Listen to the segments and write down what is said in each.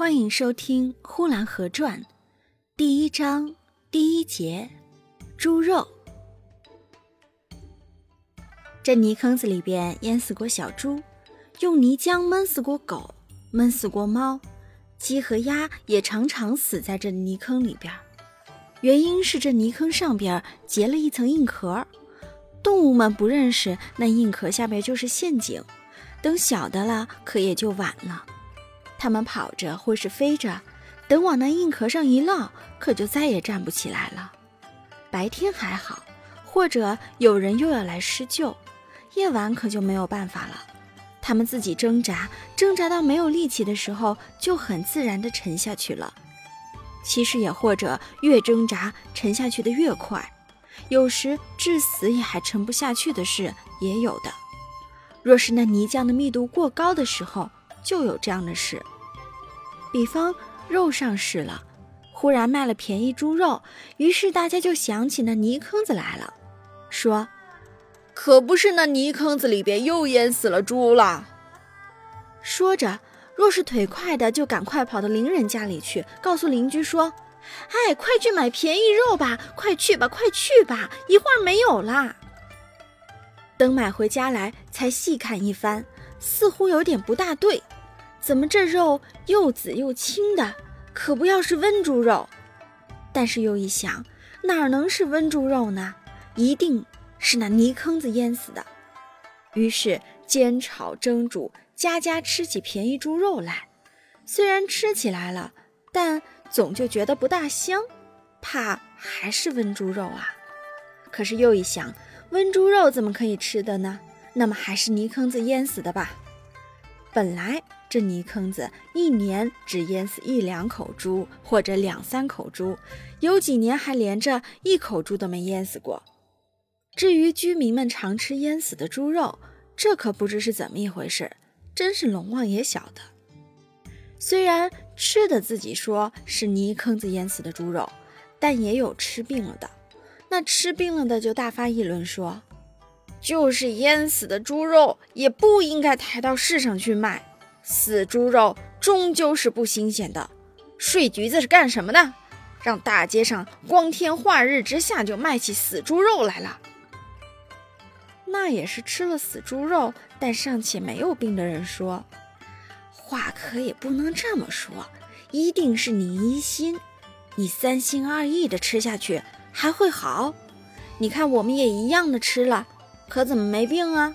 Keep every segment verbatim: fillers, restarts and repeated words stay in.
欢迎收听《呼兰河传》第一章第一节猪肉。这泥坑子里边淹死过小猪，用泥浆闷死过狗，闷死过猫，鸡和鸭也常常死在这泥坑里边。原因是这泥坑上边结了一层硬壳，动物们不认识那硬壳下边就是陷阱，等晓得了可也就晚了。它们跑着或是飞着，等往那硬壳上一落，可就再也站不起来了。白天还好，或者有人又要来施救，夜晚可就没有办法了。它们自己挣扎，挣扎到没有力气的时候，就很自然地沉下去了。其实也或者越挣扎，沉下去的越快，有时至死也还沉不下去的事也有的。若是那泥浆的密度过高的时候，就有这样的事。比方肉上市了，忽然卖了便宜猪肉，于是大家就想起那泥坑子来了，说可不是那泥坑子里边又淹死了猪了。 说着，若是腿快的就赶快跑到邻人家里去，告诉邻居说，哎，快去买便宜肉吧，快去吧快去吧，一会儿没有啦。等买回家来才细看一番，似乎有点不大对，怎么这肉又紫又青的，可不要是温猪肉。但是又一想，哪能是温猪肉呢，一定是那泥坑子淹死的。于是煎炒蒸煮，家家吃起便宜猪肉来。虽然吃起来了，但总就觉得不大香，怕还是温猪肉啊。可是又一想，温猪肉怎么可以吃的呢？那么还是泥坑子淹死的吧。本来这泥坑子一年只淹死一两口猪，或者两三口猪，有几年还连着一口猪都没淹死过。至于居民们常吃淹死的猪肉，这可不知是怎么一回事，真是龙王也晓得。虽然吃的自己说是泥坑子淹死的猪肉，但也有吃病了的。那吃病了的就大发议论说， 就是淹死的猪肉也不应该抬到市上去卖，死猪肉终究是不新鲜的。睡橘子是干什么的？让大街上光天化日之下就卖起死猪肉来了。 那也是吃了死猪肉但尚且没有病的人说，话可也不能这么说，一定是你疑心，你三心二意的吃下去还会好？你看我们也一样的吃了，可怎么没病啊？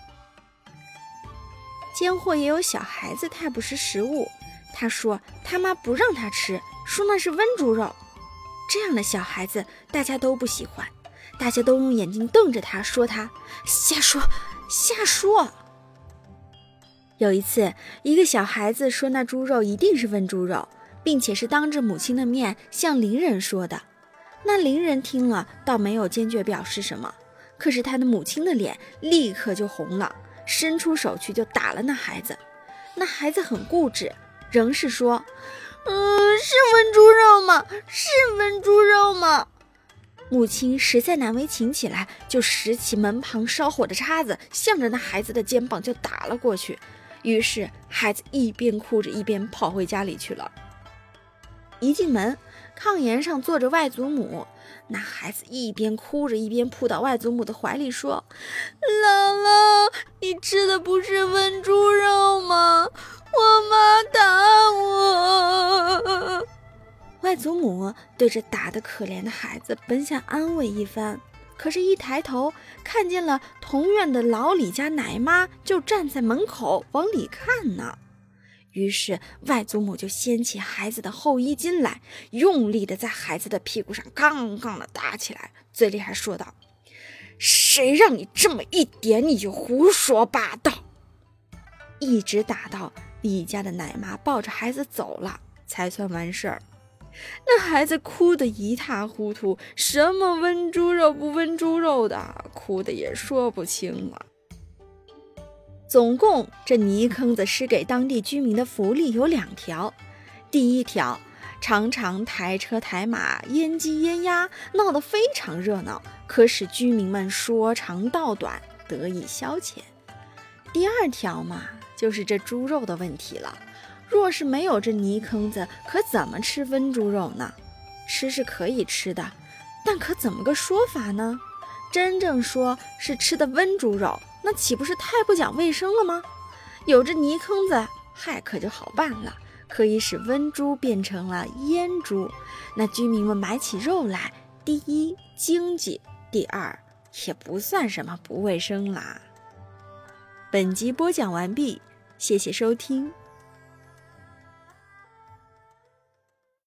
奸货也有小孩子太不识时务，他说他妈不让他吃，说那是温猪肉。这样的小孩子大家都不喜欢，大家都用眼睛瞪着他，说他瞎说瞎说。有一次，一个小孩子说那猪肉一定是温猪肉，并且是当着母亲的面向邻人说的。那邻人听了倒没有坚决表示什么，可是他的母亲的脸立刻就红了，伸出手去就打了那孩子。那孩子很固执，仍是说嗯，是温猪肉吗？是温猪肉吗？母亲实在难为情起来，就拾起门旁烧火的叉子，向着那孩子的肩膀就打了过去。于是孩子一边哭着一边跑回家里去了。一进门，炕沿上坐着外祖母，那孩子一边哭着一边扑到外祖母的怀里说，姥姥，你吃的不是温猪肉吗？我妈打我。外祖母对着打得可怜的孩子本想安慰一番，可是一抬头看见了同院的老李家奶妈就站在门口往里看呢。于是外祖母就掀起孩子的后衣襟来，用力的在孩子的屁股上杠杠的打起来，嘴里还说道，谁让你这么一点你就胡说八道。一直打到李家的奶妈抱着孩子走了才算完事儿。那孩子哭得一塌糊涂，什么温猪肉不温猪肉的，哭得也说不清了。总共这泥坑子施给当地居民的福利有两条。第一条，常常抬车抬马，阉鸡阉鸭，闹得非常热闹，可使居民们说长道短，得以消遣。第二条嘛，就是这猪肉的问题了。 若是没有这泥坑子，可怎么吃温猪肉呢？吃是可以吃的，但可怎么个说法呢？真正说是吃的温猪肉，那岂不是太不讲卫生了吗？有这泥坑子，嗨，可就好办了，可以使温猪变成了阉猪。那居民们买起肉来，第一经济，第二也不算什么不卫生啦。本集播讲完毕，谢谢收听。